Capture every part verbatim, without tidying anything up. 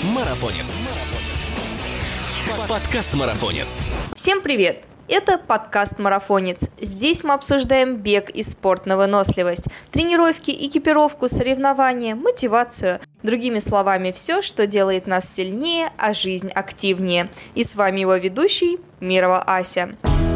Марафонец. Подкаст «Марафонец». Всем привет! Это подкаст «Марафонец». Здесь мы обсуждаем бег и спорт на выносливость, тренировки, экипировку, соревнования, мотивацию. Другими словами, все, что делает нас сильнее, а жизнь активнее. И с вами его ведущий Мирова Ася.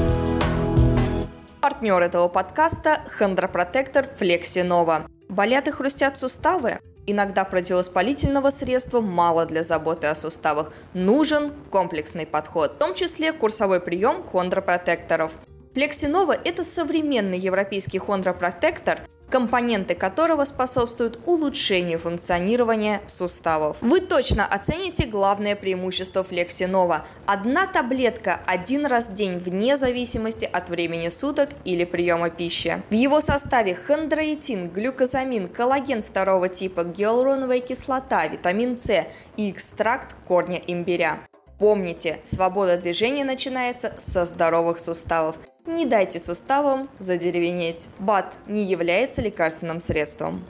Партнер этого подкаста – хондропротектор Flexi-Nova. Болят и хрустят суставы? Иногда противовоспалительного средства мало для заботы о суставах. Нужен комплексный подход, в том числе курсовой прием хондропротекторов. Flexi-Nova – это современный европейский хондропротектор, компоненты которого способствуют улучшению функционирования суставов. Вы точно оцените главное преимущество Flexi-Nova. Одна таблетка один раз в день вне зависимости от времени суток или приема пищи. В его составе хондроитин, глюкозамин, коллаген второго типа, гиалуроновая кислота, витамин С и экстракт корня имбиря. Помните, свобода движения начинается со здоровых суставов. Не дайте суставам задеревенеть. БАД не является лекарственным средством.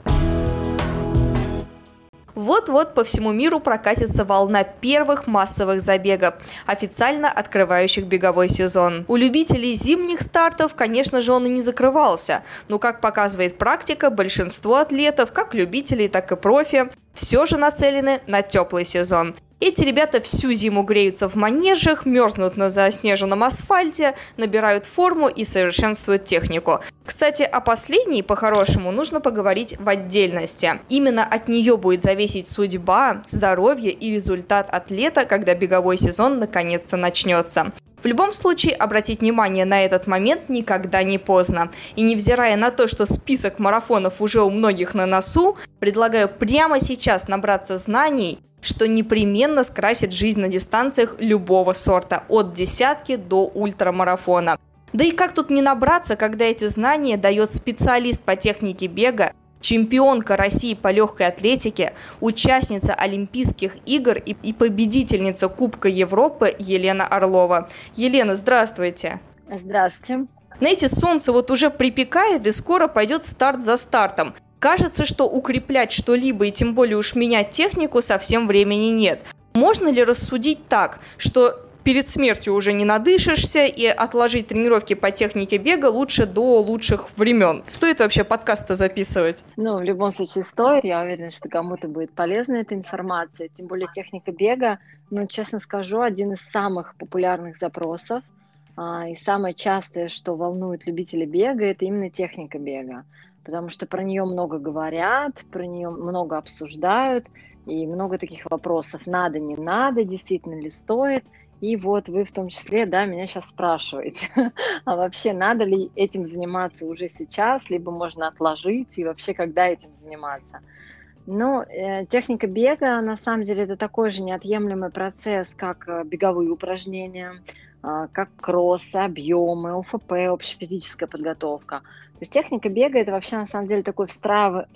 Вот-вот по всему миру прокатится волна первых массовых забегов, официально открывающих беговой сезон. У любителей зимних стартов, конечно же, он и не закрывался, но, как показывает практика, большинство атлетов, как любителей, так и профи, все же нацелены на теплый сезон. Эти ребята всю зиму греются в манежах, мерзнут на заснеженном асфальте, набирают форму и совершенствуют технику. Кстати, о последней, по-хорошему, нужно поговорить в отдельности. Именно от нее будет зависеть судьба, здоровье и результат атлета, когда беговой сезон наконец-то начнется. В любом случае, обратить внимание на этот момент никогда не поздно. И невзирая на то, что список марафонов уже у многих на носу, предлагаю прямо сейчас набраться знаний, что непременно скрасит жизнь на дистанциях любого сорта, от десятки до ультрамарафона. Да и как тут не набраться, когда эти знания дает специалист по технике бега, чемпионка России по легкой атлетике, участница Олимпийских игр и, и победительница Кубка Европы Елена Орлова. Елена, здравствуйте. Здравствуйте. Знаете, солнце вот уже припекает, и скоро пойдет старт за стартом. Кажется, что укреплять что-либо и тем более уж менять технику совсем времени нет. Можно ли рассудить так, что перед смертью уже не надышишься и отложить тренировки по технике бега лучше до лучших времен? Стоит вообще подкаст-то записывать? Ну, в любом случае стоит. Я уверена, что кому-то будет полезна эта информация. Тем более техника бега, ну, честно скажу, один из самых популярных запросов. А, и самое частое, что волнует любителей бега, это именно техника бега. Потому что про нее много говорят, про нее много обсуждают, и много таких вопросов: надо, не надо, действительно ли стоит. И вот вы в том числе, да, меня сейчас спрашиваете, а вообще надо ли этим заниматься уже сейчас, либо можно отложить, и вообще когда этим заниматься. Ну, э, техника бега, на самом деле, это такой же неотъемлемый процесс, как э, беговые упражнения, э, как кроссы, объемы, о эф пэ, общефизическая подготовка. То есть техника бега – это вообще, на самом деле, такой встраив...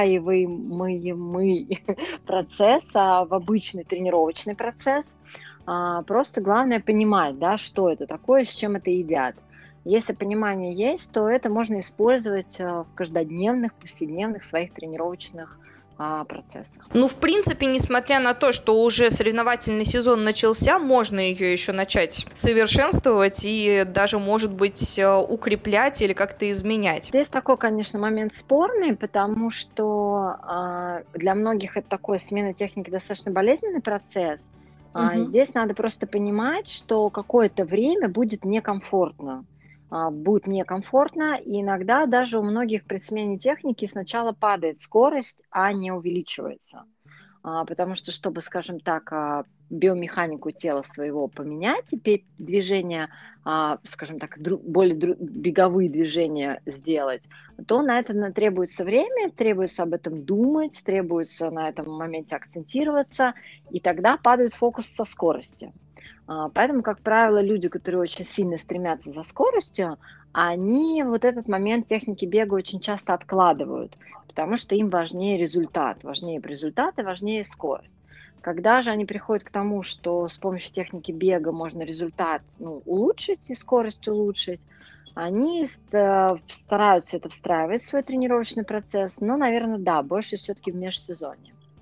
встраиваемый процесс а, в обычный тренировочный процесс. А, просто главное понимать, да, что это такое, с чем это едят. Если понимание есть, то это можно использовать в каждодневных, повседневных своих тренировочных процессах. Ну, в принципе, несмотря на то, что уже соревновательный сезон начался, можно ее еще начать совершенствовать и даже, может быть, укреплять или как-то изменять. Здесь такой, конечно, момент спорный, потому что э, для многих это такой смена техники достаточно болезненный процесс. Угу. Здесь надо просто понимать, что какое-то время будет некомфортно. Будет некомфортно, и иногда даже у многих при смене техники сначала падает скорость, а не увеличивается. Потому что, чтобы, скажем так, биомеханику тела своего поменять, и движения, скажем так, более беговые движения сделать, то на это требуется время, требуется об этом думать, требуется на этом моменте акцентироваться, и тогда падает фокус со скорости. Поэтому, как правило, люди, которые очень сильно стремятся за скоростью, они вот этот момент техники бега очень часто откладывают, потому что им важнее результат, важнее результат и важнее скорость. Когда же они приходят к тому, что с помощью техники бега можно результат, ну, улучшить и скорость улучшить, они стараются это встраивать в свой тренировочный процесс, но, наверное, да, больше все-таки в межсезонье.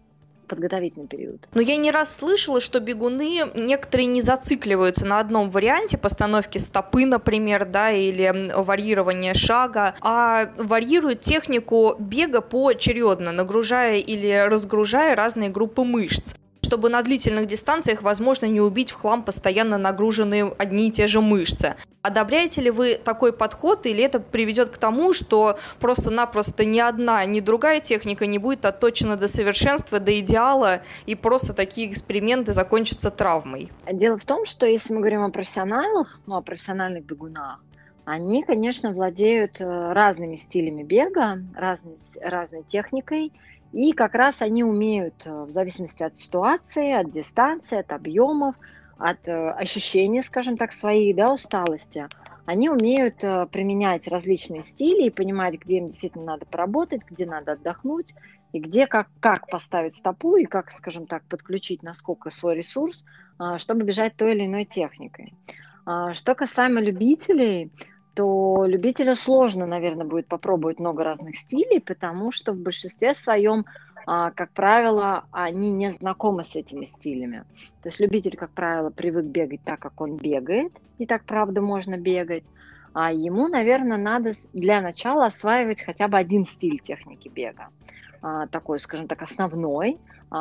подготовительный период. Но я не раз слышала, что бегуны некоторые не зацикливаются на одном варианте постановки стопы, например, да, или варьирования шага, а варьируют технику бега поочередно, нагружая или разгружая разные группы мышц, чтобы на длительных дистанциях, возможно, не убить в хлам постоянно нагруженные одни и те же мышцы. Одобряете ли вы такой подход, или это приведет к тому, что просто-напросто ни одна, ни другая техника не будет отточена до совершенства, до идеала, и просто такие эксперименты закончатся травмой? Дело в том, что если мы говорим о профессионалах, ну, о профессиональных бегунах, они, конечно, владеют разными стилями бега, разной, разной техникой, и как раз они умеют, в зависимости от ситуации, от дистанции, от объемов, от ощущения, скажем так, своей, да, усталости, они умеют применять различные стили и понимать, где им действительно надо поработать, где надо отдохнуть, и где как, как поставить стопу и как, скажем так, подключить насколько свой ресурс, чтобы бежать той или иной техникой. Что касаемо любителей, то любителю сложно, наверное, будет попробовать много разных стилей, потому что в большинстве своем, как правило, они не знакомы с этими стилями. То есть любитель, как правило, привык бегать так, как он бегает, и так, правда, можно бегать, а ему, наверное, надо для начала осваивать хотя бы один стиль техники бега, такой, скажем так, основной,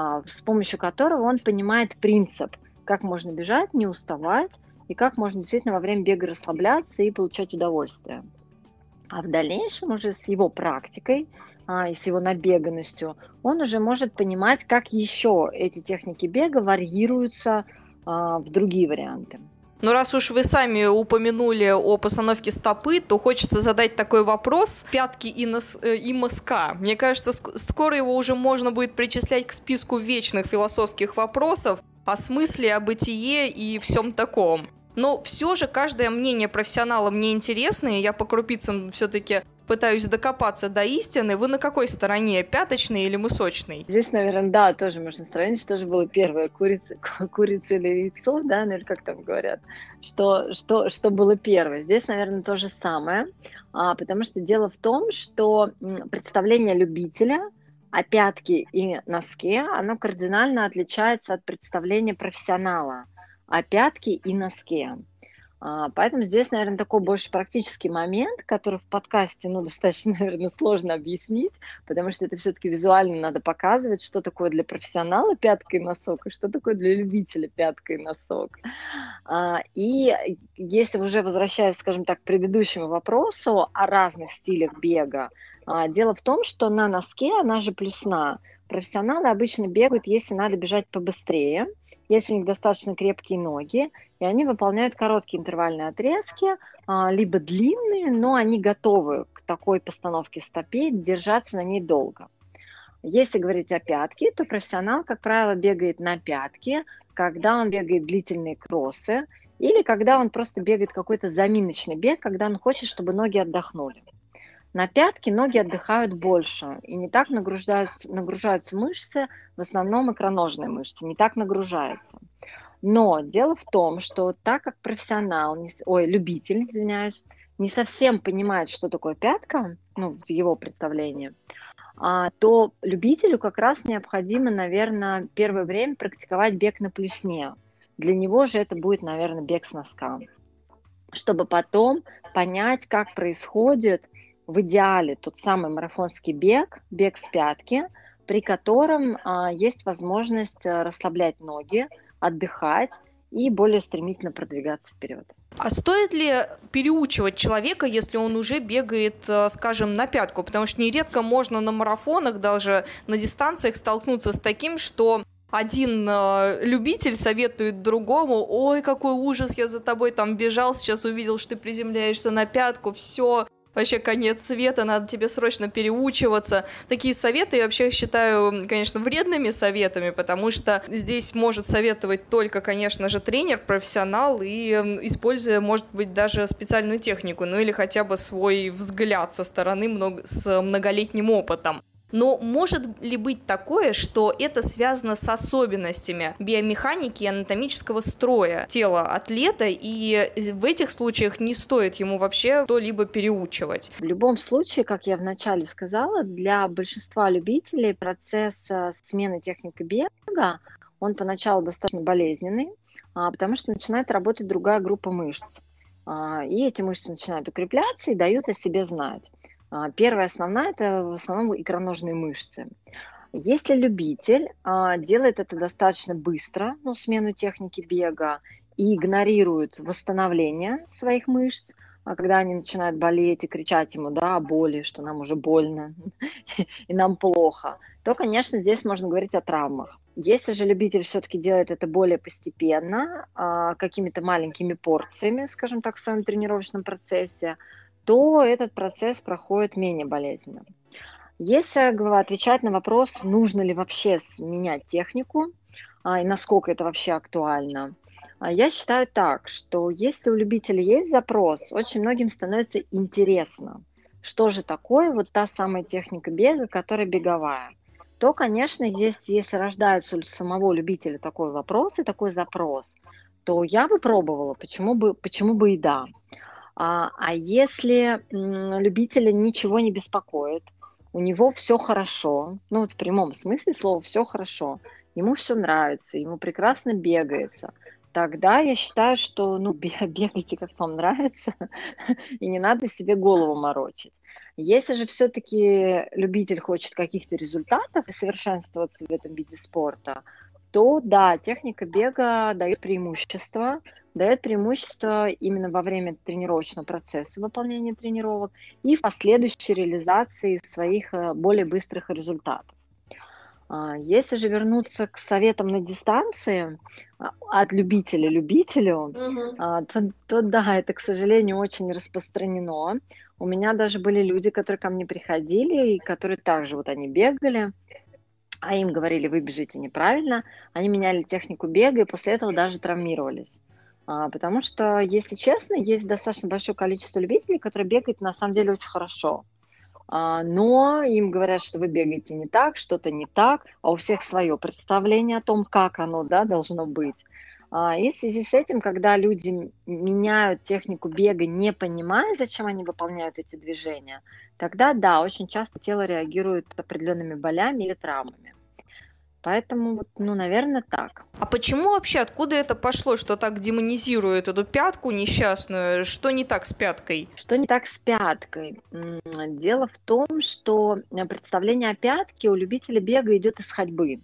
с помощью которого он понимает принцип, как можно бежать, не уставать, и как можно действительно во время бега расслабляться и получать удовольствие. А в дальнейшем уже с его практикой а, и с его набеганностью он уже может понимать, как еще эти техники бега варьируются а, в другие варианты. Ну, раз уж вы сами упомянули о постановке стопы, то хочется задать такой вопрос пятки и, нос, э, и мыска. Мне кажется, ск- скоро его уже можно будет причислять к списку вечных философских вопросов о смысле, о бытие и всем таком. Но все же каждое мнение профессионала мне интересно, и я по крупицам все-таки пытаюсь докопаться до истины. Вы на какой стороне, пяточной или мысочной? Здесь, наверное, да, тоже можно сравнить, что же было первое, курица, курица или яйцо, да, наверное, как там говорят, что, что, что было первое. Здесь, наверное, то же самое, а, потому что дело в том, что представление любителя о пятке и носке, оно кардинально отличается от представления профессионала о пятке и носке. Поэтому здесь, наверное, такой больше практический момент, который в подкасте, ну, достаточно, наверное, сложно объяснить, потому что это все-таки визуально надо показывать, что такое для профессионала пятка и носок, и что такое для любителя пятка и носок. И если уже возвращаясь, скажем так, к предыдущему вопросу о разных стилях бега, дело в том, что на носке она же плюсна. Профессионалы обычно бегают, если надо бежать побыстрее, если у них достаточно крепкие ноги, и они выполняют короткие интервальные отрезки, либо длинные, но они готовы к такой постановке стопе, держаться на ней долго. Если говорить о пятке, то профессионал, как правило, бегает на пятке, когда он бегает длительные кроссы, или когда он просто бегает какой-то заминочный бег, когда он хочет, чтобы ноги отдохнули. На пятке ноги отдыхают больше, и не так нагружаются, нагружаются мышцы, в основном икроножные мышцы, не так нагружаются. Но дело в том, что так как профессионал, ой, любитель, извиняюсь, не совсем понимает, что такое пятка, ну, в его представлении, то любителю как раз необходимо, наверное, первое время практиковать бег на плюсне. Для него же это будет, наверное, бег с носка, чтобы потом понять, как происходит в идеале тот самый марафонский бег, бег с пятки, при котором а, есть возможность расслаблять ноги, отдыхать и более стремительно продвигаться вперед. А стоит ли переучивать человека, если он уже бегает, скажем, на пятку? Потому что нередко можно на марафонах, даже на дистанциях столкнуться с таким, что один э, любитель советует другому: ой, какой ужас, я за тобой там бежал, сейчас увидел, что ты приземляешься на пятку, все, вообще конец света, надо тебе срочно переучиваться. Такие советы я вообще считаю, конечно, вредными советами, потому что здесь может советовать только, конечно же, тренер, профессионал, и используя, может быть, даже специальную технику, ну или хотя бы свой взгляд со стороны много, с многолетним опытом. Но может ли быть такое, что это связано с особенностями биомеханики и анатомического строя тела атлета, и в этих случаях не стоит ему вообще что-либо переучивать? В любом случае, как я вначале сказала, для большинства любителей процесс э, смены техники бега, он поначалу достаточно болезненный, а, потому что начинает работать другая группа мышц. А, И эти мышцы начинают укрепляться и дают о себе знать. А, Первая основная – это в основном икроножные мышцы. Если любитель а, делает это достаточно быстро, ну, смену техники бега, и игнорирует восстановление своих мышц, а когда они начинают болеть и кричать ему, да, о боли, что нам уже больно и нам плохо, то, конечно, здесь можно говорить о травмах. Если же любитель все-таки делает это более постепенно, а, какими-то маленькими порциями, скажем так, в своем тренировочном процессе, то этот процесс проходит менее болезненно. Если гва- отвечать на вопрос, нужно ли вообще менять технику, а, и насколько это вообще актуально, а, я считаю так, что если у любителя есть запрос, очень многим становится интересно, что же такое вот та самая техника бега, которая беговая, то, конечно, здесь, если рождается у самого любителя такой вопрос и такой запрос, то я бы пробовала, почему бы, почему бы и да. А, а если м, любителя ничего не беспокоит, у него все хорошо, ну вот в прямом смысле слова все хорошо, ему все нравится, ему прекрасно бегается, тогда я считаю, что ну, бе- бегайте как вам нравится, и не надо себе голову морочить. Если же все-таки любитель хочет каких-то результатов и совершенствоваться в этом виде спорта, то да, техника бега дает преимущество, дает преимущество именно во время тренировочного процесса выполнения тренировок и в последующей реализации своих э, более быстрых результатов. А, Если же вернуться к советам на дистанции а, от любителя любителю, Мгм. а, то, то да, это, к сожалению, очень распространено. У меня даже были люди, которые ко мне приходили, и которые также вот они бегали, а им говорили, вы бежите неправильно, они меняли технику бега и после этого даже травмировались. А, Потому что, если честно, есть достаточно большое количество любителей, которые бегают на самом деле очень хорошо. А, Но им говорят, что вы бегаете не так, что-то не так, а у всех свое представление о том, как оно, да, должно быть. А, И в связи с этим, когда люди м- меняют технику бега, не понимая, зачем они выполняют эти движения, тогда да, очень часто тело реагирует определенными болями или травмами. Поэтому, вот, ну, наверное, так. А почему вообще, откуда это пошло, что так демонизируют эту пятку несчастную? Что не так с пяткой? Что не так с пяткой? М, Дело в том, что э, представление о пятке у любителя бега идет из ходьбы.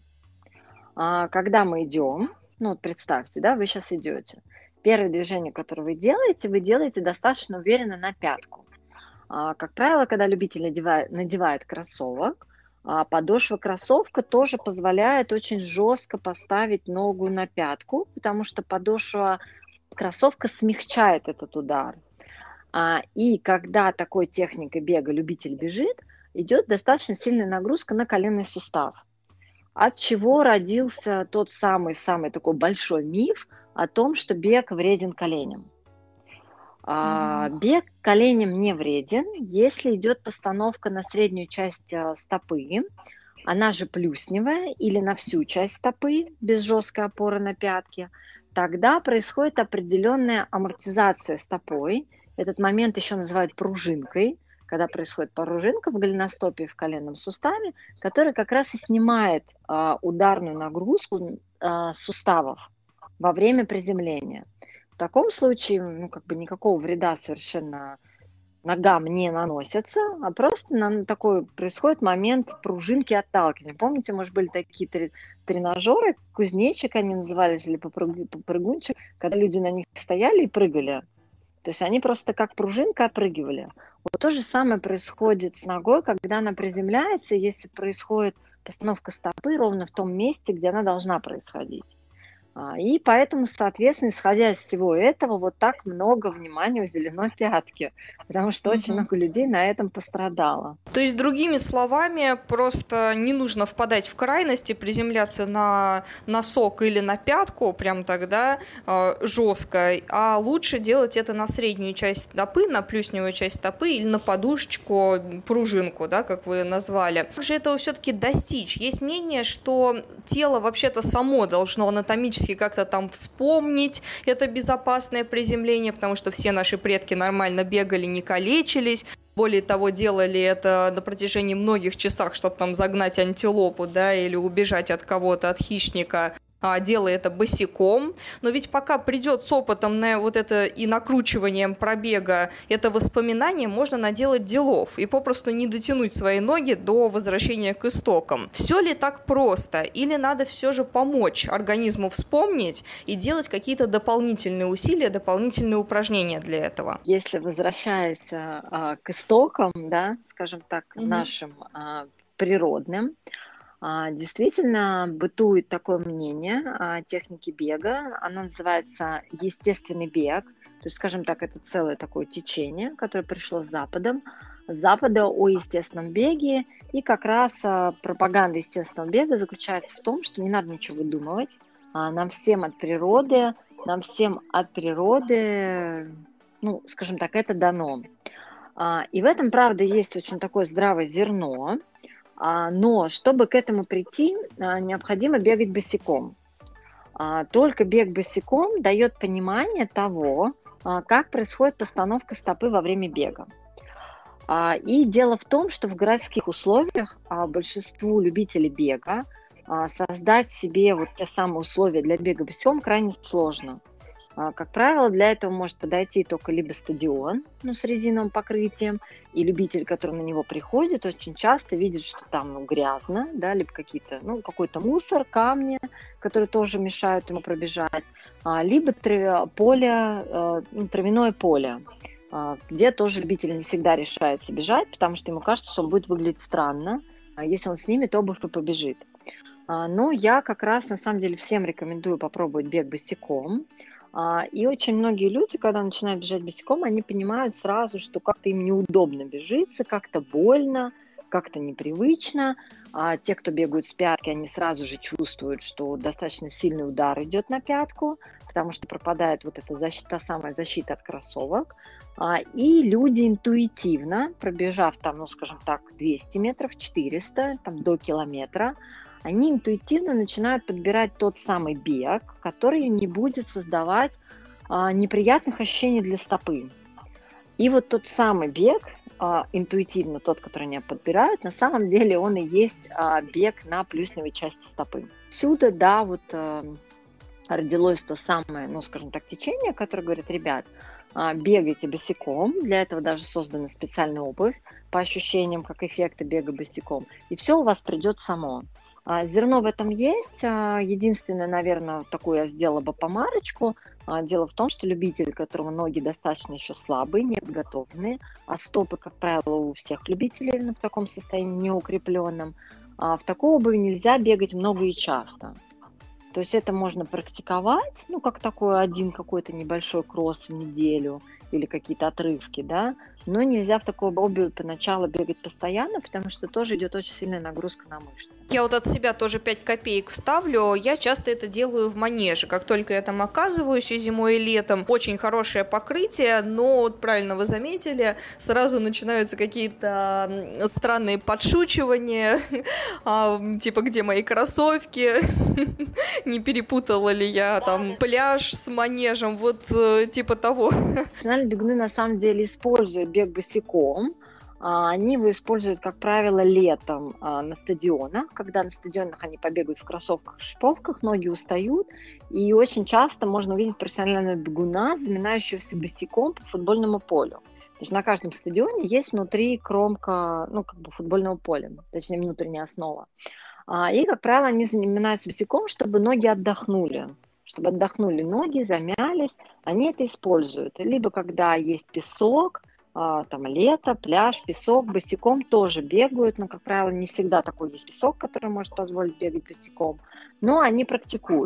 А, Когда мы идем, ну вот представьте, да, вы сейчас идете. Первое движение, которое вы делаете, вы делаете достаточно уверенно на пятку. А, Как правило, когда любитель надевает, надевает кроссовок, а, подошва кроссовка тоже позволяет очень жестко поставить ногу на пятку, потому что подошва кроссовка смягчает этот удар. А, И когда такой техникой бега любитель бежит, идет достаточно сильная нагрузка на коленный сустав. От чего родился тот самый-самый такой большой миф о том, что бег вреден коленям. А, Мгм. Бег коленям не вреден, если идет постановка на среднюю часть а, стопы, она же плюсневая, или на всю часть стопы, без жесткой опоры на пятки, тогда происходит определенная амортизация стопой. Этот момент еще называют пружинкой, когда происходит пружинка в голеностопе и в коленном суставе, которая как раз и снимает а, ударную нагрузку а, суставов во время приземления. В таком случае, ну, как бы никакого вреда совершенно ногам не наносятся, а просто на такой происходит момент пружинки отталкивания. Помните, может, были такие тре- тренажеры, кузнечик они назывались, или попрыг- попрыгунчик, когда люди на них стояли и прыгали. То есть они просто как пружинка отпрыгивали. Вот то же самое происходит с ногой, когда она приземляется, если происходит постановка стопы ровно в том месте, где она должна происходить. А, И поэтому, соответственно, исходя из всего этого, вот так много внимания уделено пятке, потому что очень Мгм. много людей на этом пострадало. То есть, другими словами, просто не нужно впадать в крайности, приземляться на носок или на пятку, прям тогда э, жестко, а лучше делать это на среднюю часть стопы, на плюсневую часть стопы или на подушечку, пружинку, да, как вы назвали. Как же этого все-таки достичь? Есть мнение, что тело вообще-то само должно анатомически как-то там вспомнить это безопасное приземление, потому что все наши предки нормально бегали, не калечились. Более того, делали это на протяжении многих часов, чтобы там загнать антилопу, да, или убежать от кого-то, от хищника, а, делая это босиком. Но ведь пока придет с опытом на вот это и накручиванием пробега это воспоминание, можно наделать делов и попросту не дотянуть свои ноги до возвращения к истокам. Все ли так просто? Или надо все же помочь организму вспомнить и делать какие-то дополнительные усилия, дополнительные упражнения для этого? Если возвращаясь а, а, к истокам, да, скажем так, Мгм. нашим а, природным, а, действительно бытует такое мнение о технике бега. Она называется естественный бег. То есть, скажем так, это целое такое течение, которое пришло с Западом, с Запада о естественном беге. И как раз а, пропаганда естественного бега заключается в том, что не надо ничего выдумывать. А, Нам всем от природы, нам всем от природы, ну, скажем так, это дано. А, И в этом, правда, есть очень такое здравое зерно. А, Но чтобы к этому прийти, а, необходимо бегать босиком. А, Только бег босиком дает понимание того, а, как происходит постановка стопы во время бега. А, И дело в том, что в городских условиях а, большинству любителей бега а, создать себе вот те самые условия для бега босиком крайне сложно. А, Как правило, для этого может подойти только либо стадион, ну, с резиновым покрытием, и любитель, который на него приходит, очень часто видит, что там, ну, грязно, да, либо какие-то, ну, какой-то мусор, камни, которые тоже мешают ему пробежать, а, либо трави- поле, э, ну, травяное поле, а, где тоже любитель не всегда решается бежать, потому что ему кажется, что он будет выглядеть странно, а если он снимет обувь и побежит. А, Но я как раз на самом деле всем рекомендую попробовать бег босиком. А, И очень многие люди, когда начинают бежать босиком, они понимают сразу, что как-то им неудобно бежится, как-то больно, как-то непривычно. А те, кто бегают с пятки, они сразу же чувствуют, что достаточно сильный удар идет на пятку, потому что пропадает вот эта защита, та самая защита от кроссовок. А, И люди интуитивно, пробежав там, ну, скажем так, двести метров, четыреста, там, до километра, они интуитивно начинают подбирать тот самый бег, который не будет создавать а, неприятных ощущений для стопы. И вот тот самый бег, а, интуитивно тот, который они подбирают, на самом деле он и есть а, бег на плюсневой части стопы. Отсюда, да, вот а, родилось то самое, ну, скажем так, течение, которое говорит: ребят, а, бегайте босиком, для этого даже создана специальная обувь по ощущениям, как эффекта бега босиком, и все у вас придет само. А, Зерно в этом есть. А, Единственное, наверное, такую я сделала бы помарочку. А, Дело в том, что любитель, у которого ноги достаточно еще слабые, не подготовленные, а стопы, как правило, у всех любителей ну, в таком состоянии неукрепленном, а в такой обуви нельзя бегать много и часто. То есть это можно практиковать, ну, как такой один какой-то небольшой кросс в неделю или какие-то отрывки, да, но нельзя в такой обуви поначалу бегать постоянно, потому что тоже идет очень сильная нагрузка на мышцы. Я вот от себя тоже пять копеек вставлю. Я часто это делаю в манеже. Как только я там оказываюсь и зимой, и летом, очень хорошее покрытие, но, вот правильно вы заметили, сразу начинаются какие-то странные подшучивания, типа, где мои кроссовки, не перепутала ли я там пляж с манежем, вот типа того. Профессиональные бегуны на самом деле используют бег босиком. А, Они его используют, как правило, летом а, на стадионах, когда на стадионах они побегают в кроссовках и шиповках, ноги устают, и очень часто можно увидеть профессионального бегуна, заминающегося босиком по футбольному полю. То есть на каждом стадионе есть внутри кромка, ну, как бы футбольного поля, точнее, внутренняя основа. А, И, как правило, они занимаются босиком, чтобы ноги отдохнули. Чтобы отдохнули ноги, замялись, они это используют. Либо когда есть песок, а, там лето, пляж, песок, босиком тоже бегают, но, как правило, не всегда такой есть песок, который может позволить бегать босиком, но они практикуют.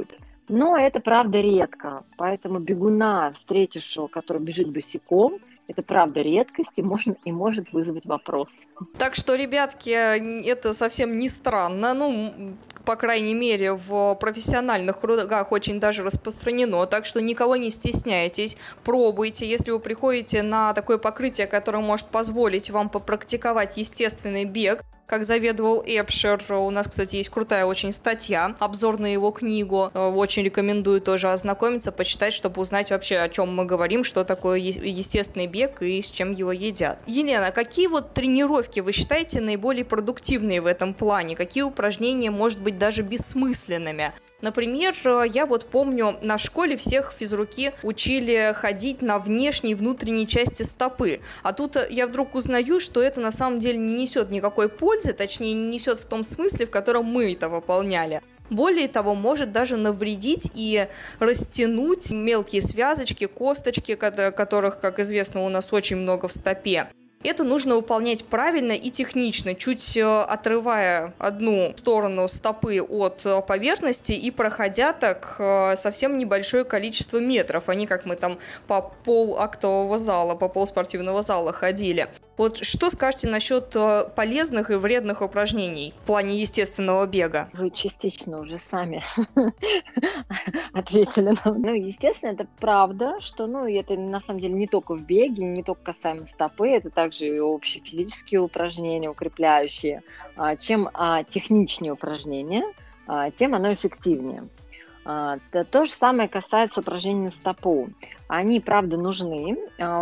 Но это правда редко, поэтому бегуна, встретившего, который бежит босиком, это правда редкость и, можно, и может вызвать вопрос. Так что, ребятки, это совсем не странно. Ну, по крайней мере, в профессиональных кругах очень даже распространено. Так что никого не стесняйтесь, пробуйте. Если вы приходите на такое покрытие, которое может позволить вам попрактиковать естественный бег, как заведовал Эпшер. У нас, кстати, есть крутая очень статья, обзор на его книгу. Очень рекомендую тоже ознакомиться, почитать, чтобы узнать вообще, о чем мы говорим, что такое естественный бег и с чем его едят. Елена, какие вот тренировки вы считаете наиболее продуктивные в этом плане? Какие упражнения, может быть, даже бессмысленными? Например, я вот помню, на школе всех физруки учили ходить на внешней и внутренней части стопы. А тут я вдруг узнаю, что это на самом деле не несет никакой пользы, точнее, не несет в том смысле, в котором мы это выполняли. Более того, может даже навредить и растянуть мелкие связочки, косточки, которых, как известно, у нас очень много в стопе. Это нужно выполнять правильно и технично, чуть отрывая одну сторону стопы от поверхности и проходя так совсем небольшое количество метров, а не как мы там по пол актового зала, по пол спортивного зала ходили. Вот что скажете насчет полезных и вредных упражнений в плане естественного бега? Вы частично уже сами ответили нам. Ну, естественно, это правда, что, ну, это на самом деле не только в беге, не только касаемо стопы, это также и общие физические упражнения, укрепляющие. Чем техничнее упражнения, тем оно эффективнее. То же самое касается упражнений на стопу. Они, правда, нужны.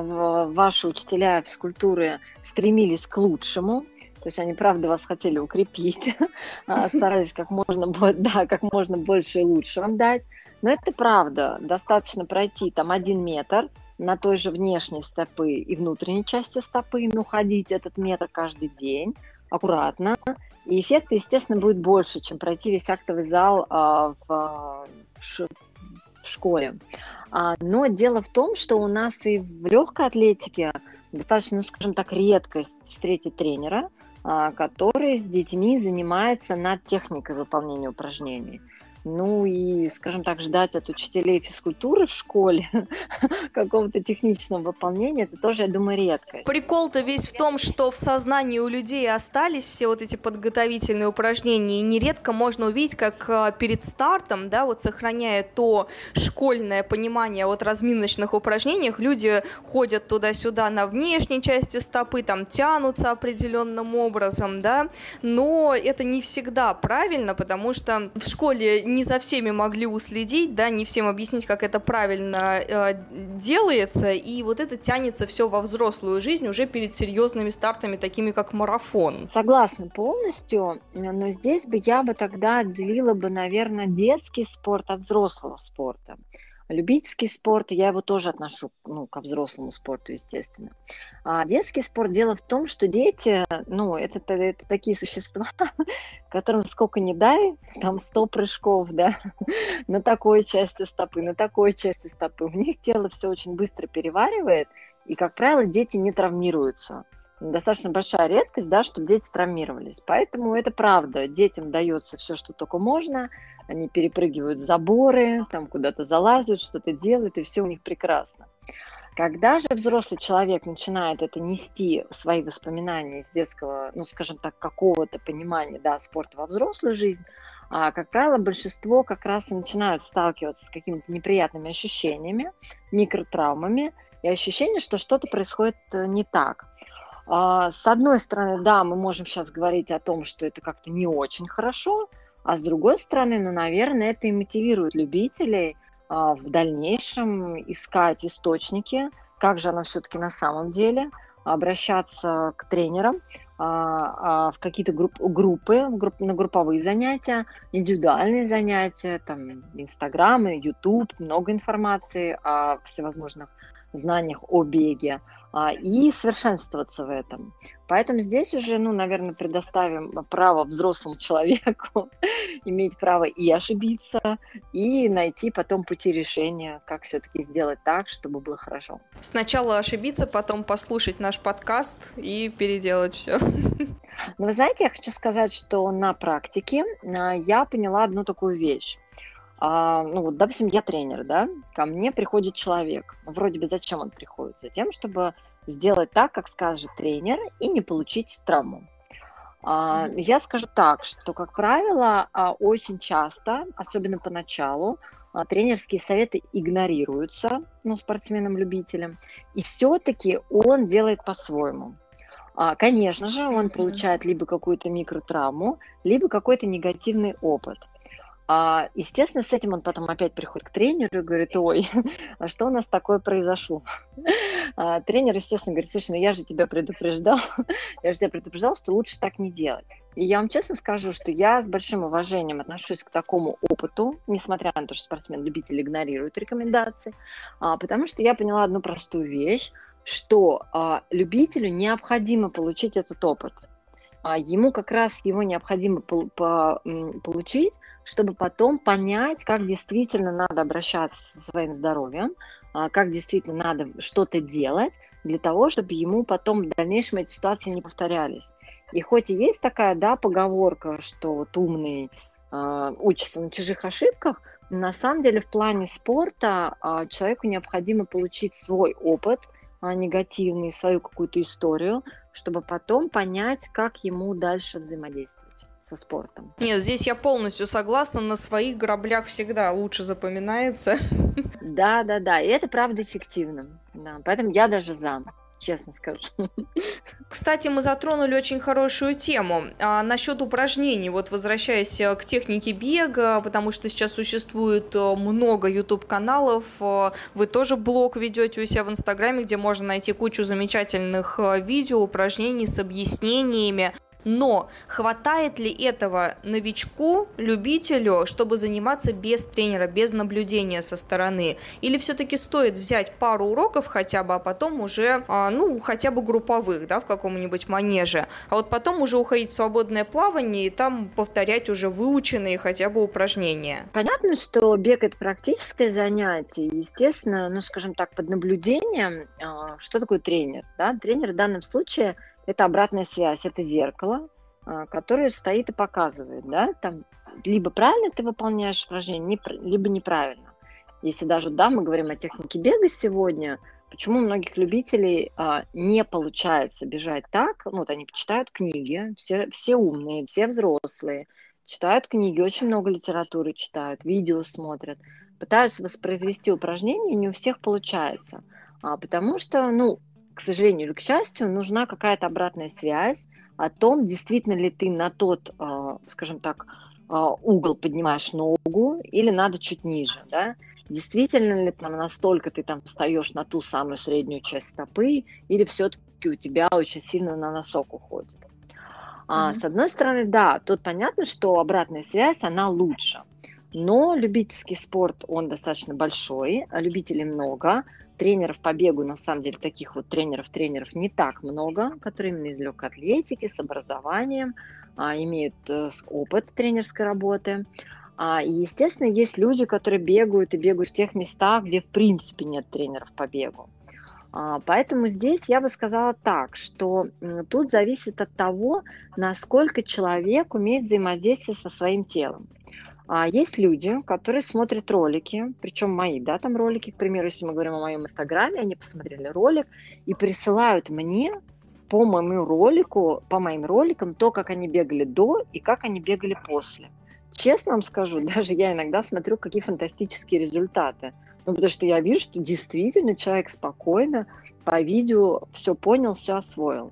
Ваши учителя физкультуры стремились к лучшему. То есть они, правда, вас хотели укрепить, старались как можно, да, как можно больше и лучше вам дать. Но это правда. Достаточно пройти там один метр на той же внешней стопы и внутренней части стопы, но ходить этот метр каждый день, аккуратно. И эффекта, естественно, будет больше, чем пройти весь актовый зал а, в, в школе. А, но дело в том, что у нас и в легкой атлетике достаточно, ну, скажем так, редкость встретить тренера, а, который с детьми занимается над техникой выполнения упражнений. Ну и, скажем так, ждать от учителей физкультуры в школе какого-то техничного выполнения, это тоже, я думаю, редкость. Прикол-то весь в том, что в сознании у людей остались все вот эти подготовительные упражнения, и нередко можно увидеть, как перед стартом, да, вот сохраняя то школьное понимание от разминочных упражнениях, люди ходят туда-сюда на внешней части стопы, там тянутся определенным образом, да, но это не всегда правильно, потому что в школе не за всеми могли уследить, да, не всем объяснить, как это правильно э, делается, и вот это тянется все во взрослую жизнь уже перед серьезными стартами, такими как марафон. Согласна полностью, но здесь бы я бы тогда отделила бы, наверное, детский спорт от взрослого спорта. Любительский спорт, я его тоже отношу, ну, ко взрослому спорту, естественно. А детский спорт, дело в том, что дети, ну, это, это, это такие существа, которым сколько ни дай, там сто прыжков, да, на такой части стопы, на такой части стопы. У них тело все очень быстро переваривает, и, как правило, дети не травмируются. Достаточно большая редкость, да, чтобы дети травмировались. Поэтому это правда. Детям дается все, что только можно. Они перепрыгивают заборы, там куда-то залазят, что-то делают, и все у них прекрасно. Когда же взрослый человек начинает это нести, свои воспоминания из детского, ну, скажем так, какого-то понимания, да, спорта во взрослую жизнь, а, как правило, большинство как раз и начинают сталкиваться с какими-то неприятными ощущениями, микротравмами, и ощущение, что что-то происходит не так. С одной стороны, да, мы можем сейчас говорить о том, что это как-то не очень хорошо, а с другой стороны, ну, наверное, это и мотивирует любителей а, в дальнейшем искать источники, как же оно все-таки на самом деле, обращаться к тренерам а, а, в какие-то групп, группы, групп, на групповые занятия, индивидуальные занятия, там, Инстаграм, Ютуб, много информации о всевозможных знаниях о беге, а, и совершенствоваться в этом. Поэтому здесь уже, ну, наверное, предоставим право взрослому человеку иметь право и ошибиться, и найти потом пути решения, как все-таки сделать так, чтобы было хорошо. Сначала ошибиться, потом послушать наш подкаст и переделать все. Но вы знаете, я хочу сказать, что на практике я поняла одну такую вещь. А, ну вот, допустим, я тренер, да, ко мне приходит человек. Вроде бы зачем он приходит? Затем, чтобы сделать так, как скажет тренер, и не получить травму. А, Мгм. я скажу так, что, как правило, а, очень часто, особенно поначалу, а, тренерские советы игнорируются, ну, спортсменом-любителем, и все-таки он делает по-своему. А, Конечно же, он Мгм. получает либо какую-то микротравму, либо какой-то негативный опыт. А, естественно, с этим он потом опять приходит к тренеру и говорит: ой, а что у нас такое произошло? А, тренер, естественно, говорит: слушай, ну я же тебя предупреждал, я же тебя предупреждал, что лучше так не делать. И я вам честно скажу, что я с большим уважением отношусь к такому опыту, несмотря на то, что спортсмен-любитель игнорирует рекомендации, а, потому что я поняла одну простую вещь, что а, любителю необходимо получить этот опыт. А ему как раз его необходимо пол- по- м, получить, чтобы потом понять, как действительно надо обращаться со своим здоровьем, а, как действительно надо что-то делать для того, чтобы ему потом в дальнейшем эти ситуации не повторялись. И хоть и есть такая, да, поговорка, что вот умный а, учится на чужих ошибках, на самом деле в плане спорта а, человеку необходимо получить свой опыт а, негативный, свою какую-то историю, чтобы потом понять, как ему дальше взаимодействовать со спортом. Нет, здесь я полностью согласна, на своих граблях всегда лучше запоминается. Да, да, да, и это правда эффективно. Да, поэтому я даже за, честно скажу. Кстати, мы затронули очень хорошую тему. А, насчет упражнений, вот возвращаясь э, к технике бега, потому что сейчас существует э, много YouTube-каналов, э, вы тоже блог ведете у себя в Инстаграме, где можно найти кучу замечательных э, видео, упражнений с объяснениями. Но хватает ли этого новичку, любителю, чтобы заниматься без тренера, без наблюдения со стороны? Или все-таки стоит взять пару уроков хотя бы, а потом уже, а, ну, хотя бы групповых, да, в каком-нибудь манеже, а вот потом уже уходить в свободное плавание и там повторять уже выученные хотя бы упражнения? Понятно, что бег – это практическое занятие, естественно, ну, скажем так, под наблюдением. а, Что такое тренер? Да? Тренер в данном случае – это обратная связь, это зеркало, а, которое стоит и показывает, да, там либо правильно ты выполняешь упражнение, непр- либо неправильно. Если даже, да, мы говорим о технике бега сегодня, почему у многих любителей а, не получается бежать так, ну, вот они почитают книги, все, все умные, все взрослые, читают книги, очень много литературы читают, видео смотрят, пытаются воспроизвести упражнения, и не у всех получается, а, потому что, ну, к сожалению или к счастью, нужна какая-то обратная связь о том, действительно ли ты на тот, а, скажем так, а, угол поднимаешь ногу или надо чуть ниже, да? Действительно ли там настолько ты там встаешь на ту самую среднюю часть стопы или все-таки у тебя очень сильно на носок уходит? А, Мгм. с одной стороны, да, тут понятно, что обратная связь, она лучше. Но любительский спорт, он достаточно большой, а любителей много. Тренеров по бегу, на самом деле, таких вот тренеров-тренеров не так много, которые именно из легкой атлетики, с образованием, а, имеют э, с- опыт тренерской работы. А, и, естественно, есть люди, которые бегают и бегают в тех местах, где в принципе нет тренеров по бегу. А, Поэтому здесь я бы сказала так, что м, тут зависит от того, насколько человек умеет взаимодействовать со своим телом. А есть люди, которые смотрят ролики, причем мои, да, там ролики, к примеру, если мы говорим о моем инстаграме, они посмотрели ролик и присылают мне по моему ролику, по моим роликам то, как они бегали до и как они бегали после. Честно вам скажу, даже я иногда смотрю, какие фантастические результаты. Ну, потому что я вижу, что действительно человек спокойно по видео все понял, все освоил.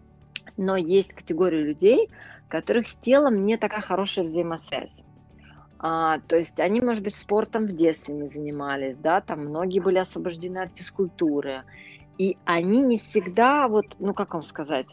Но есть категория людей, у которых с телом не такая хорошая взаимосвязь. А, то есть они, может быть, спортом в детстве не занимались, да, там многие были освобождены от физкультуры, и они не всегда, вот, ну, как вам сказать,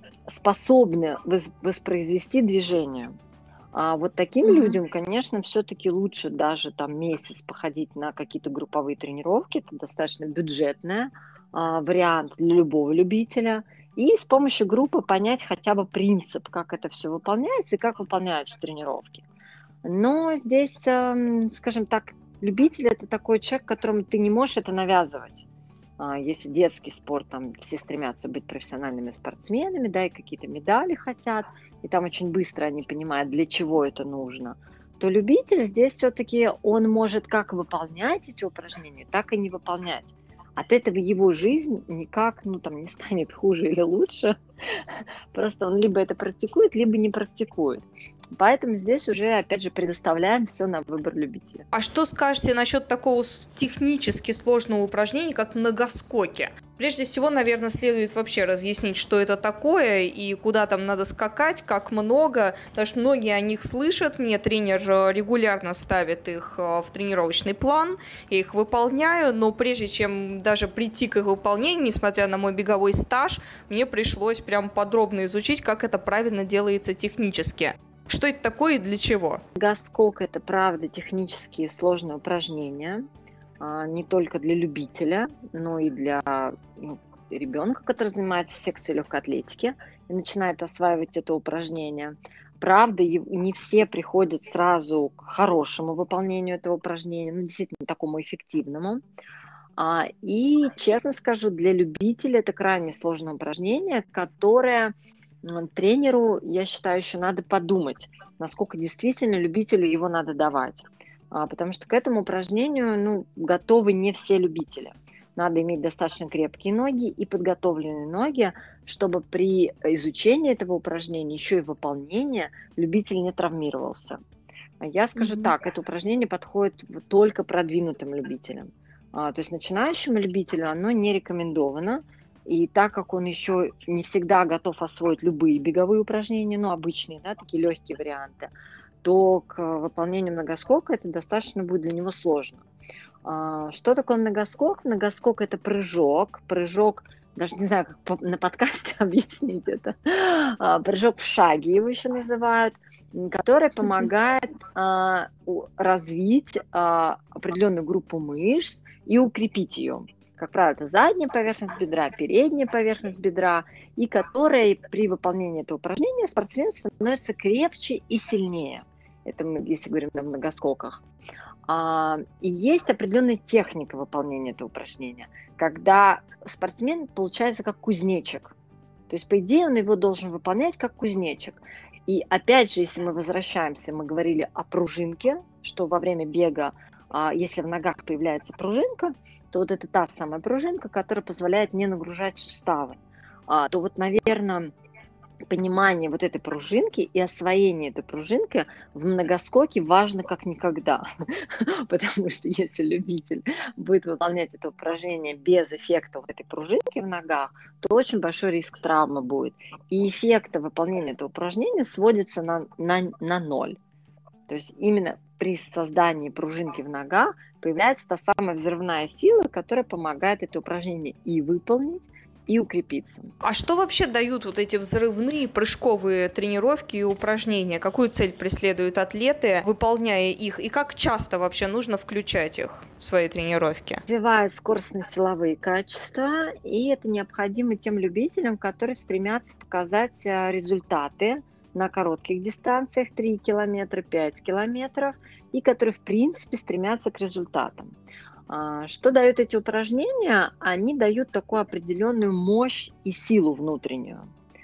способны вос- воспроизвести движение. А вот таким Мгм. людям, конечно, все-таки лучше даже там месяц походить на какие-то групповые тренировки, это достаточно бюджетный вариант для любого любителя, и с помощью группы понять хотя бы принцип, как это все выполняется и как выполняются тренировки. Но здесь, эм, скажем так, любитель – это такой человек, которому ты не можешь это навязывать. А, Если детский спорт, там все стремятся быть профессиональными спортсменами, да, и какие-то медали хотят, и там очень быстро они понимают, для чего это нужно, то любитель здесь все-таки он может как выполнять эти упражнения, так и не выполнять. От этого его жизнь никак, ну, там, не станет хуже или лучше. Просто он либо это практикует, либо не практикует. Поэтому здесь уже, опять же, предоставляем все на выбор любителя. А что скажете насчет такого технически сложного упражнения, как многоскоки? Прежде всего, наверное, следует вообще разъяснить, что это такое и куда там надо скакать, как много, потому что многие о них слышат, мне тренер регулярно ставит их в тренировочный план, я их выполняю, но прежде чем даже прийти к их выполнению, несмотря на мой беговой стаж, мне пришлось прям подробно изучить, как это правильно делается технически. Что это такое и для чего? Многоскок – это, правда, технически сложное упражнение. Не только для любителя, но и для ну, ребенка, который занимается секцией легкой атлетики и начинает осваивать это упражнение. Правда, не все приходят сразу к хорошему выполнению этого упражнения, ну, действительно, такому эффективному. И, честно скажу, для любителя это крайне сложное упражнение, которое тренеру, я считаю, еще надо подумать, насколько действительно любителю его надо давать. Потому что к этому упражнению ну, готовы не все любители. Надо иметь достаточно крепкие ноги и подготовленные ноги, чтобы при изучении этого упражнения, еще и выполнении, любитель не травмировался. Я скажу mm-hmm. так, это упражнение подходит только продвинутым любителям. То есть начинающему любителю оно не рекомендовано. И так как он еще не всегда готов освоить любые беговые упражнения, ну, обычные, да, такие легкие варианты, то к выполнению многоскока это достаточно будет для него сложно. Что такое многоскок? Многоскок – это прыжок. Прыжок, даже не знаю, как на подкасте объяснить это. Прыжок в шаге его еще называют, который помогает развить определенную группу мышц и укрепить ее. Как правило, это задняя поверхность бедра, передняя поверхность бедра, и которая при выполнении этого упражнения спортсмен становится крепче и сильнее. Это мы, если говорим о многоскоках. А, и есть определенная техника выполнения этого упражнения, когда спортсмен получается как кузнечик. То есть, по идее, он его должен выполнять как кузнечик. И опять же, если мы возвращаемся, мы говорили о пружинке, что во время бега, а, если в ногах появляется пружинка, то вот это та самая пружинка, которая позволяет не нагружать суставы. А, то вот, наверное, понимание вот этой пружинки и освоение этой пружинки в многоскоке важно как никогда. Потому что если любитель будет выполнять это упражнение без эффекта вот этой пружинки в ногах, то очень большой риск травмы будет. И эффекта выполнения этого упражнения сводится на, на, на ноль. То есть именно при создании пружинки в ногах появляется та самая взрывная сила, которая помогает это упражнение и выполнить, и укрепиться. А что вообще дают вот эти взрывные прыжковые тренировки и упражнения? Какую цель преследуют атлеты, выполняя их? И как часто вообще нужно включать их в свои тренировки? Развивают скоростно-силовые качества, и это необходимо тем любителям, которые стремятся показать результаты на коротких дистанциях три километра, пять километров, и которые, в принципе, стремятся к результатам. Что дают эти упражнения? Они дают такую определенную мощь и силу внутреннюю.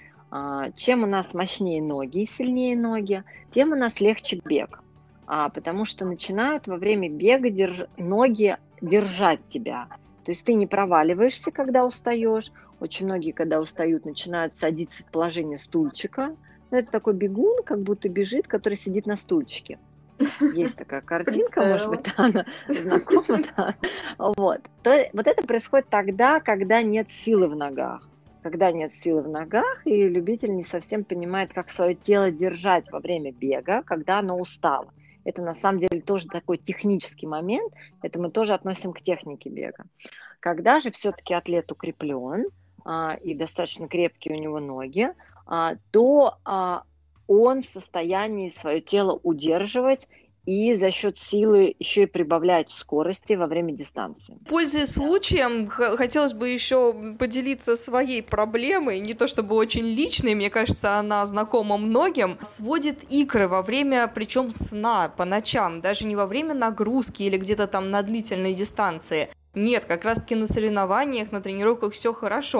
Чем у нас мощнее ноги и сильнее ноги, тем у нас легче бег. Потому что начинают во время бега держ... ноги держать тебя. То есть ты не проваливаешься, когда устаешь. Очень многие, когда устают, начинают садиться в положение стульчика. Но это такой бегун, как будто бежит, который сидит на стульчике. Есть такая картинка, может быть, она знакома. Да. Вот. То, вот это происходит тогда, когда нет силы в ногах. Когда нет силы в ногах, и любитель не совсем понимает, как свое тело держать во время бега, когда оно устало. Это на самом деле тоже такой технический момент, это мы тоже относим к технике бега. Когда же все-таки атлет укреплен, а, и достаточно крепкие у него ноги, а, то а, он в состоянии свое тело удерживать и за счет силы еще и прибавлять скорости во время дистанции. Пользуясь случаем, хотелось бы еще поделиться своей проблемой, не то чтобы очень личной, мне кажется, она знакома многим. Сводит икры во время, причем сна, по ночам, даже не во время нагрузки или где-то там на длительной дистанции. Нет, как раз-таки на соревнованиях, на тренировках все хорошо.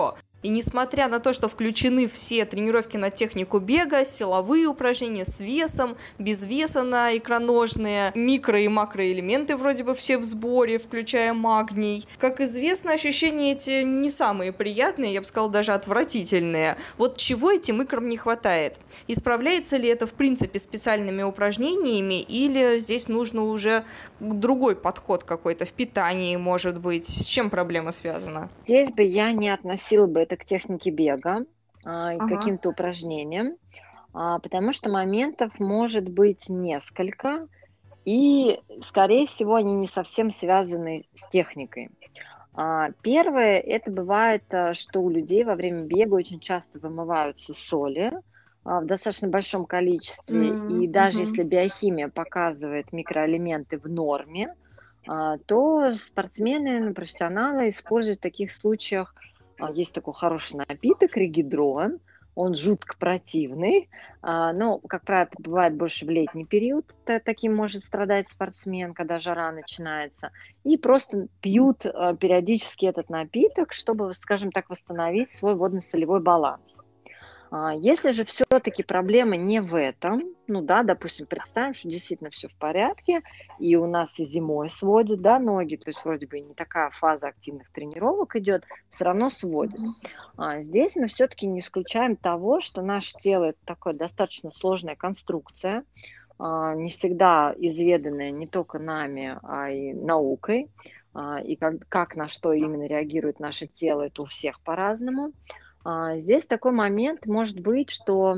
И несмотря на то, что включены все тренировки на технику бега, силовые упражнения с весом, без веса на икроножные, микро- и макроэлементы вроде бы все в сборе, включая магний. Как известно, ощущения эти не самые приятные, я бы сказала, даже отвратительные. Вот чего этим икрам не хватает? Исправляется ли это, в принципе, специальными упражнениями, или здесь нужно уже другой подход какой-то в питании, может быть? С чем проблема связана? Здесь бы я не относила бы это к технике бега а, и к Ага. каким-то упражнениям, а, потому что моментов может быть несколько, и, скорее всего, они не совсем связаны с техникой. А, Первое, это бывает, а, что у людей во время бега очень часто вымываются соли а, в достаточно большом количестве, и М, даже мгм. если биохимия показывает микроэлементы в норме, а, то спортсмены, ну, профессионалы используют в таких случаях, а, есть такой хороший напиток, регидрон, он жутко противный, а, но, как правило, это бывает больше в летний период, та- таким может страдать спортсмен, когда жара начинается, и просто пьют а, периодически этот напиток, чтобы, скажем так, восстановить свой водно-солевой баланс. А, Если же все-таки проблема не в этом, ну да, допустим, представим, что действительно все в порядке, и у нас и зимой сводит, да, ноги, то есть вроде бы и не такая фаза активных тренировок идет, все равно сводит. А Здесь мы все-таки не исключаем того, что наше тело это такая достаточно сложная конструкция, а, не всегда изведанная не только нами, а и наукой. А, И как, как на что именно реагирует наше тело, это у всех по-разному. А, Здесь такой момент может быть, что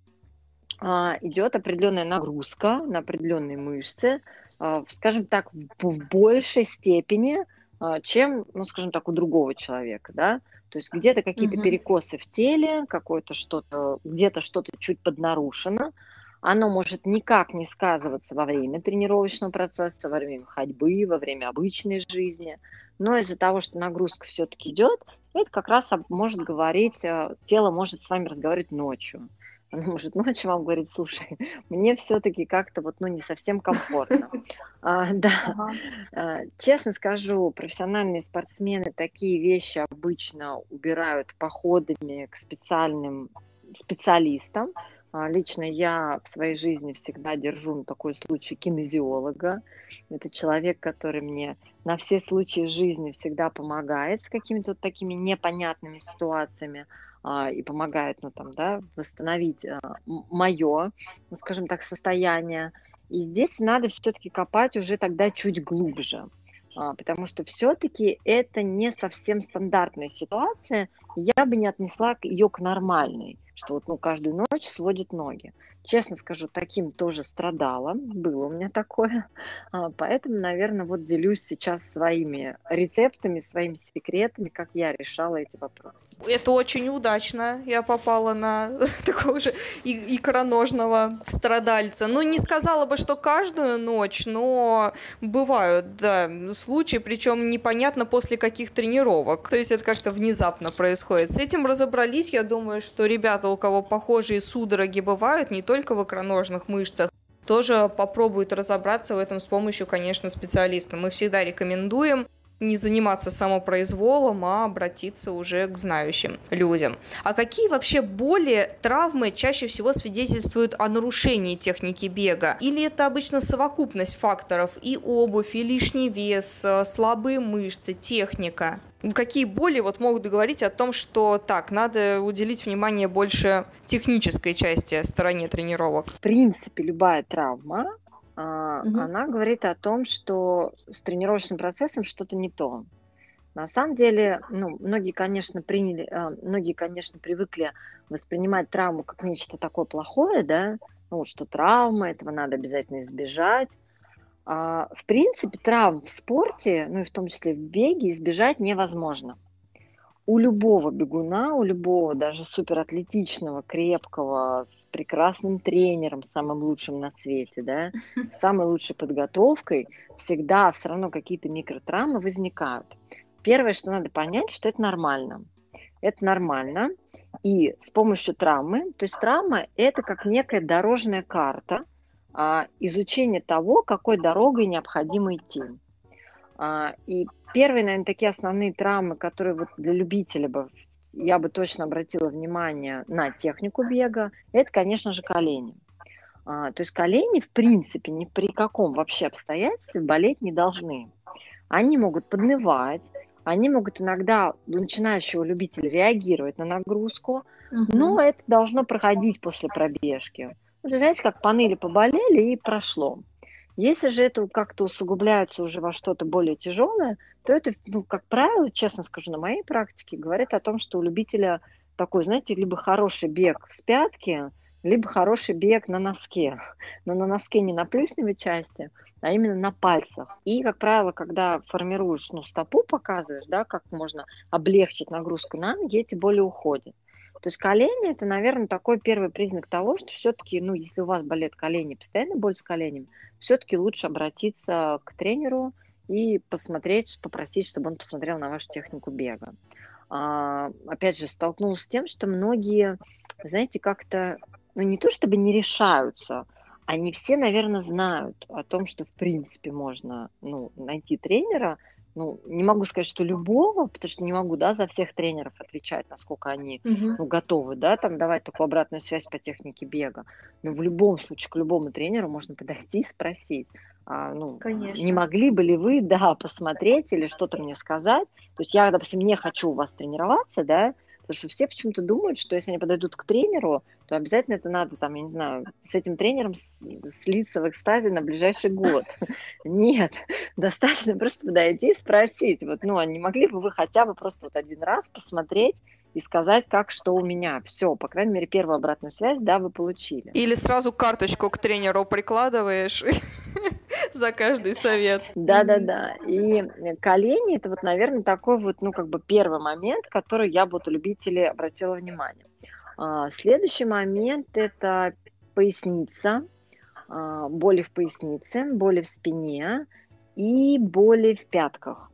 а, идет определенная нагрузка на определенные мышцы, а, в- скажем так, в в большей степени, а, чем, ну, скажем так, у другого человека, да. То есть где-то какие-то Мгм. перекосы в теле, какое-то что-то, где-то что-то чуть поднарушено. Оно может никак не сказываться во время тренировочного процесса, во время ходьбы, во время обычной жизни. Но из-за того, что нагрузка все-таки идет, это как раз об- может говорить, а, тело может с вами разговаривать ночью. Она может ночью вам говорить: слушай, мне все-таки как-то вот, ну, не совсем комфортно. А, да, Ага. а, честно скажу, профессиональные спортсмены такие вещи обычно убирают походами к специальным специалистам. А, Лично я в своей жизни всегда держу на такой случай кинезиолога. Это человек, который мне на все случаи жизни всегда помогает с какими-то вот такими непонятными ситуациями а, и помогает, ну, там, да, восстановить мое, скажем так, состояние. И здесь надо все-таки копать уже тогда чуть глубже, а, потому что все-таки это не совсем стандартная ситуация, и я бы не отнесла ее к нормальной, что вот, ну, каждую ночь сводит ноги. Честно скажу, таким тоже страдала, было у меня такое, а, поэтому, наверное, вот делюсь сейчас своими рецептами, своими секретами, как я решала эти вопросы. Это очень удачно. Я попала на такого же и- икроножного страдальца. Ну, не сказала бы, что каждую ночь, но бывают, да, случаи, причем непонятно после каких тренировок. То есть это как-то внезапно происходит. С этим разобрались. Я думаю, что ребята, у кого похожие судороги бывают, не только в икроножных мышцах, тоже попробуют разобраться в этом с помощью, конечно, специалиста. Мы всегда рекомендуем не заниматься самопроизволом, а обратиться уже к знающим людям. А какие вообще боли, травмы чаще всего свидетельствуют о нарушении техники бега? Или это обычно совокупность факторов: и обувь, и лишний вес, э, слабые мышцы, техника? Какие боли вот могут говорить о том, что так, надо уделить внимание больше технической части, стороне тренировок? В принципе, любая травма, а, Мгм. она говорит о том, что с тренировочным процессом что-то не то. На самом деле, ну, многие, конечно, приняли, а, многие, конечно, привыкли воспринимать травму как нечто такое плохое, да, ну, что травма, этого надо обязательно избежать. А, В принципе, травм в спорте, ну и в том числе в беге, избежать невозможно. У любого бегуна, у любого даже суператлетичного, крепкого, с прекрасным тренером, самым лучшим на свете, да, с самой лучшей подготовкой, всегда все равно какие-то микротравмы возникают. Первое, что надо понять, что это нормально. Это нормально. И с помощью травмы, то есть травма– это как некая дорожная карта, а, изучение того, какой дорогой необходимо идти. А, И первые, наверное, такие основные травмы, которые вот для любителя бы я бы точно обратила внимание на технику бега, это, конечно же, колени. А, то есть колени, в принципе, ни при каком вообще обстоятельстве болеть не должны. Они могут поднывать, они могут иногда у начинающего любителя реагировать на нагрузку, но Мгм. это должно проходить после пробежки. Ну, то есть, знаете, как поныли, поболели и прошло. Если же это как-то усугубляется уже во что-то более тяжелое, то это, ну, как правило, честно скажу, на моей практике говорит о том, что у любителя такой, знаете, либо хороший бег с пятки, либо хороший бег на носке. Но на носке не на плюсневой части, а именно на пальцах. И, как правило, когда формируешь, ну, стопу, показываешь, да, как можно облегчить нагрузку на ноги, эти боли уходят. То есть колени – это, наверное, такой первый признак того, что все-таки, ну, если у вас болят колени, постоянно боль с коленями, все-таки лучше обратиться к тренеру и посмотреть, попросить, чтобы он посмотрел на вашу технику бега. А, опять же, столкнулась с тем, что многие, знаете, как-то, ну, не то чтобы не решаются, они все, наверное, знают о том, что, в принципе, можно, ну, найти тренера. Ну, не могу сказать, что любого, потому что не могу, да, за всех тренеров отвечать, насколько они, Мгм. ну, готовы, да, там давать такую обратную связь по технике бега. Но в любом случае к любому тренеру можно подойти и спросить, а, ну, не Конечно. могли бы ли вы, да, посмотреть или что-то мне сказать. То есть я, допустим, не хочу у вас тренироваться, да, потому что все почему-то думают, что если они подойдут к тренеру, то обязательно это надо, там, я не знаю, с этим тренером с- слиться в экстазе на ближайший год. Нет, достаточно просто подойти и спросить, вот, ну, а не могли бы вы хотя бы просто вот один раз посмотреть и сказать, как что у меня. Все, по крайней мере, первую обратную связь, да, вы получили. Или сразу карточку к тренеру прикладываешь за каждый совет. Мгм. Да-да-да. И э, колени – это вот, наверное, такой вот, ну, как бы первый момент, который я бы вот у любителей обратила внимание. А, следующий момент – это поясница, а, боли в пояснице, боли в спине и боли в пятках.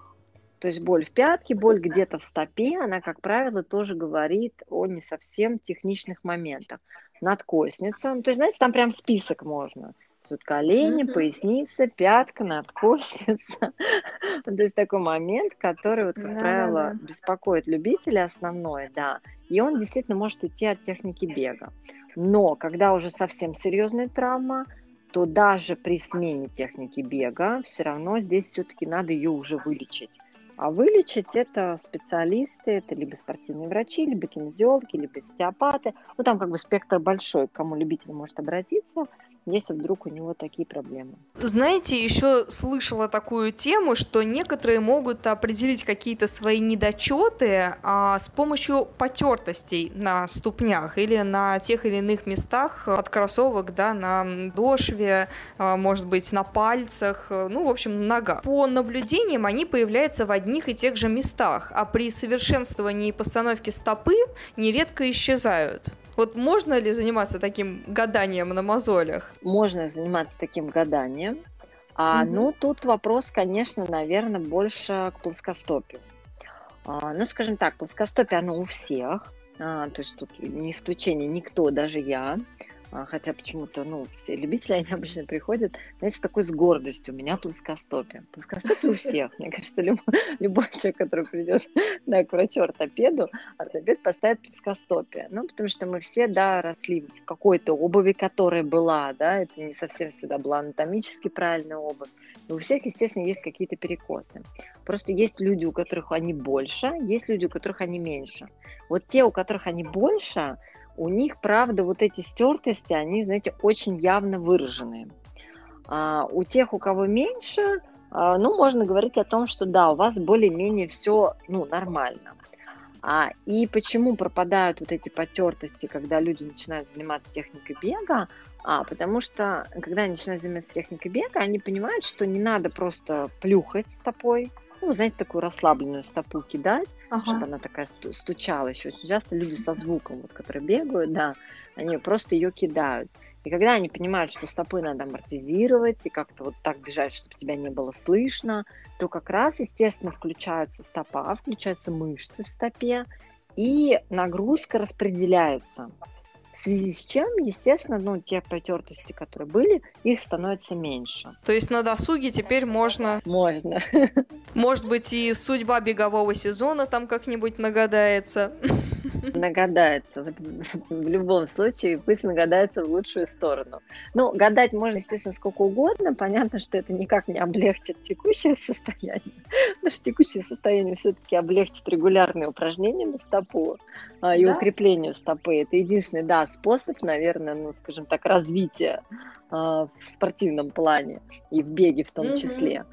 То есть боль в пятке, боль где-то в стопе, она, как правило, тоже говорит о не совсем техничных моментах. Надкосница, ну, то есть, знаете, там прям список можно. Тут колени, Мгм. поясница, пятка, надкосница. То есть такой момент, который, вот, как правило, Да-да-да. беспокоит любителя основной, да. И он действительно может идти от техники бега. Но когда уже совсем серьезная травма, то даже при смене техники бега все равно здесь все-таки надо ее уже вылечить. А вылечить это специалисты, это либо спортивные врачи, либо кинезиологи, либо остеопаты. Ну, там как бы спектр большой, к кому любитель может обратиться, если вдруг у него такие проблемы. Знаете, еще слышала такую тему, что некоторые могут определить какие-то свои недочеты а, с помощью потертостей на ступнях или на тех или иных местах от кроссовок, да, на дошве, а, может быть, на пальцах, э, ну, в общем, на ногах. По наблюдениям они появляются в одних и тех же местах, а при совершенствовании и постановке стопы нередко исчезают. Вот можно ли заниматься таким гаданием на мозолях? Можно заниматься таким гаданием. А, Мгм. ну, тут вопрос, конечно, наверное, больше к плоскостопию. А, ну, скажем так, плоскостопие, оно у всех. А, то есть тут не исключение никто, даже я. А, хотя почему-то, ну, все любители, они обычно приходят, знаете, с такой с гордостью. У меня плоскостопие. Плоскостопие у всех. Мне кажется, любой, любой человек, который придет, да, к врачу-ортопеду, ортопед поставит плоскостопие. Ну, потому что мы все, да, росли в какой-то обуви, которая была, да, это не совсем всегда была анатомически правильная обувь. И у всех, естественно, есть какие-то перекосы. Просто есть люди, у которых они больше, есть люди, у которых они меньше. Вот те, у которых они больше, у них, правда, вот эти стертости, они, знаете, очень явно выраженные. А у тех, у кого меньше, а, ну, можно говорить о том, что да, у вас более-менее все, ну, нормально. А, и почему пропадают вот эти потертости, когда люди начинают заниматься техникой бега? А, потому что, когда они начинают заниматься техникой бега, они понимают, что не надо просто плюхать стопой, ну, знаете, такую расслабленную стопу кидать, чтобы Ага. она такая сту- стучала еще. Очень часто люди со звуком, вот, которые бегают, да, они просто ее кидают. И когда они понимают, что стопы надо амортизировать и как-то вот так бежать, чтобы тебя не было слышно, то как раз, естественно, включается стопа, включаются мышцы в стопе, и нагрузка распределяется в связи с чем, естественно, ну, те потертости, которые были, их становится меньше. То есть на досуге теперь можно... Можно. Может быть, и судьба бегового сезона там как-нибудь нагадается. Нагадается. В любом случае, пусть нагадается в лучшую сторону. Ну, гадать можно, естественно, сколько угодно. Понятно, что это никак не облегчит текущее состояние. Потому что текущее состояние все-таки облегчит регулярные упражнения на стопу а, и да? укрепление стопы. Это единственный, да, способ, наверное, ну, скажем так, развития а, в спортивном плане и в беге в том mm-hmm. числе.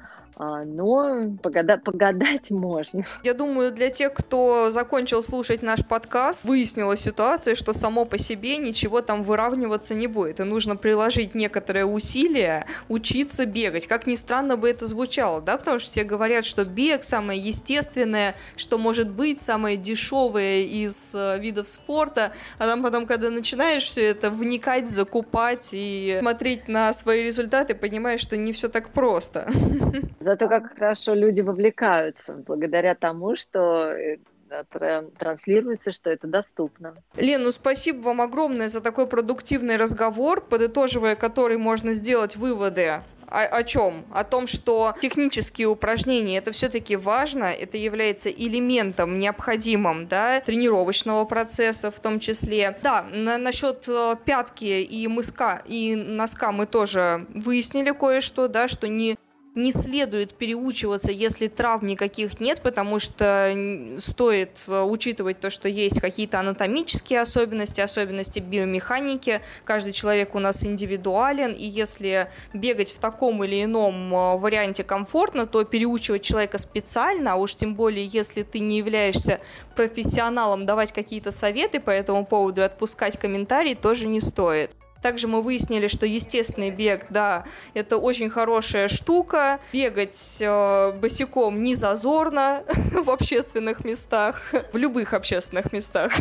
Но погадать, погадать можно. Я думаю, для тех, кто закончил слушать наш подкаст, выяснила ситуацию, что само по себе ничего там выравниваться не будет. И нужно приложить некоторые усилия, учиться бегать. Как ни странно бы это звучало, да, потому что все говорят, что бег самое естественное, что может быть, самое дешевое из видов спорта. А там потом, когда начинаешь все это вникать, закупать и смотреть на свои результаты, понимаешь, что не все так просто. Зато как хорошо люди вовлекаются благодаря тому, что транслируется, что это доступно. Лен, ну спасибо вам огромное за такой продуктивный разговор, подытоживая который можно сделать выводы. О, о чем? О том, что технические упражнения это все-таки важно, это является элементом необходимым, да, тренировочного процесса в том числе. Да, на, насчет э, пятки и мыска и носка мы тоже выяснили кое-что, да, что не Не следует переучиваться, если травм никаких нет, потому что стоит учитывать то, что есть какие-то анатомические особенности, особенности биомеханики. Каждый человек у нас индивидуален, и если бегать в таком или ином варианте комфортно, то переучивать человека специально, а уж тем более, если ты не являешься профессионалом, давать какие-то советы по этому поводу и отпускать комментарии тоже не стоит. Также мы выяснили, что естественный бег, да, это очень хорошая штука. Бегать э, босиком не зазорно в общественных местах, в любых общественных местах.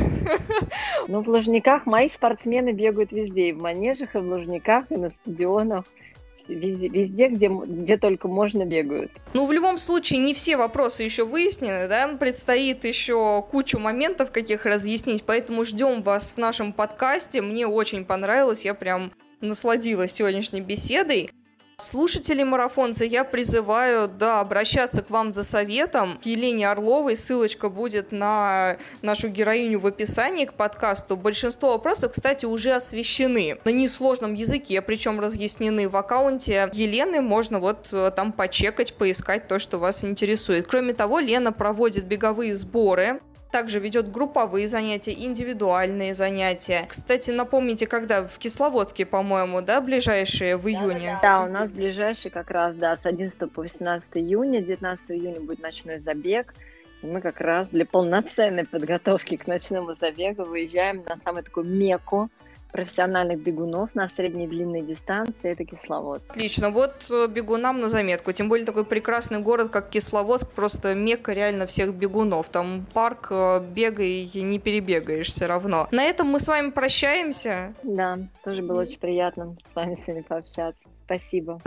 Ну, в Лужниках мои спортсмены бегают везде, и в манежах, и в Лужниках, и на стадионах. Везде, везде где, где только можно, бегают. Ну, в любом случае, не все вопросы еще выяснены, да, предстоит еще кучу моментов каких разъяснить, поэтому ждем вас в нашем подкасте. Мне очень понравилось, я прям насладилась сегодняшней беседой. Слушатели марафонцы, я призываю, да, обращаться к вам за советом, к Елене Орловой, ссылочка будет на нашу героиню в описании к подкасту. Большинство вопросов, кстати, уже освещены на несложном языке, причем разъяснены в аккаунте Елены, можно вот там почекать, поискать то, что вас интересует. Кроме того, Лена проводит беговые сборы, также ведет групповые занятия, индивидуальные занятия. Кстати, напомните, когда? В Кисловодске, по-моему, да, ближайшие в июне? Да, да, да, у нас ближайший как раз, да, с одиннадцатого по восемнадцатое июня. девятнадцатого июня будет ночной забег. И мы как раз для полноценной подготовки к ночному забегу выезжаем на самую такую мекку профессиональных бегунов на средней и длинной дистанции, это Кисловодск. Отлично, вот бегунам на заметку, тем более такой прекрасный город, как Кисловодск, просто мекка реально всех бегунов, там парк, бегай, не перебегаешь все равно. На этом мы с вами прощаемся. Да, тоже было очень приятно с вами сегодня пообщаться. Спасибо.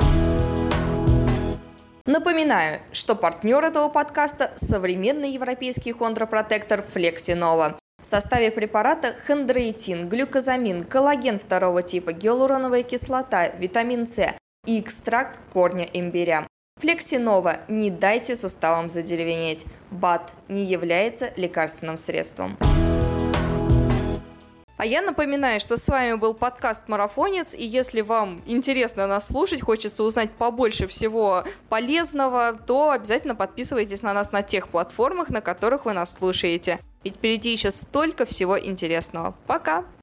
Напоминаю, что партнер этого подкаста – современный европейский хондропротектор Flexinova. В составе препарата хондроитин, глюкозамин, коллаген второго типа, гиалуроновая кислота, витамин С и экстракт корня имбиря. Flexinova – не дайте суставам задеревенеть. БАД не является лекарственным средством. А я напоминаю, что с вами был подкаст «Марафонец», и если вам интересно нас слушать, хочется узнать побольше всего полезного, то обязательно подписывайтесь на нас на тех платформах, на которых вы нас слушаете. Ведь впереди еще столько всего интересного. Пока!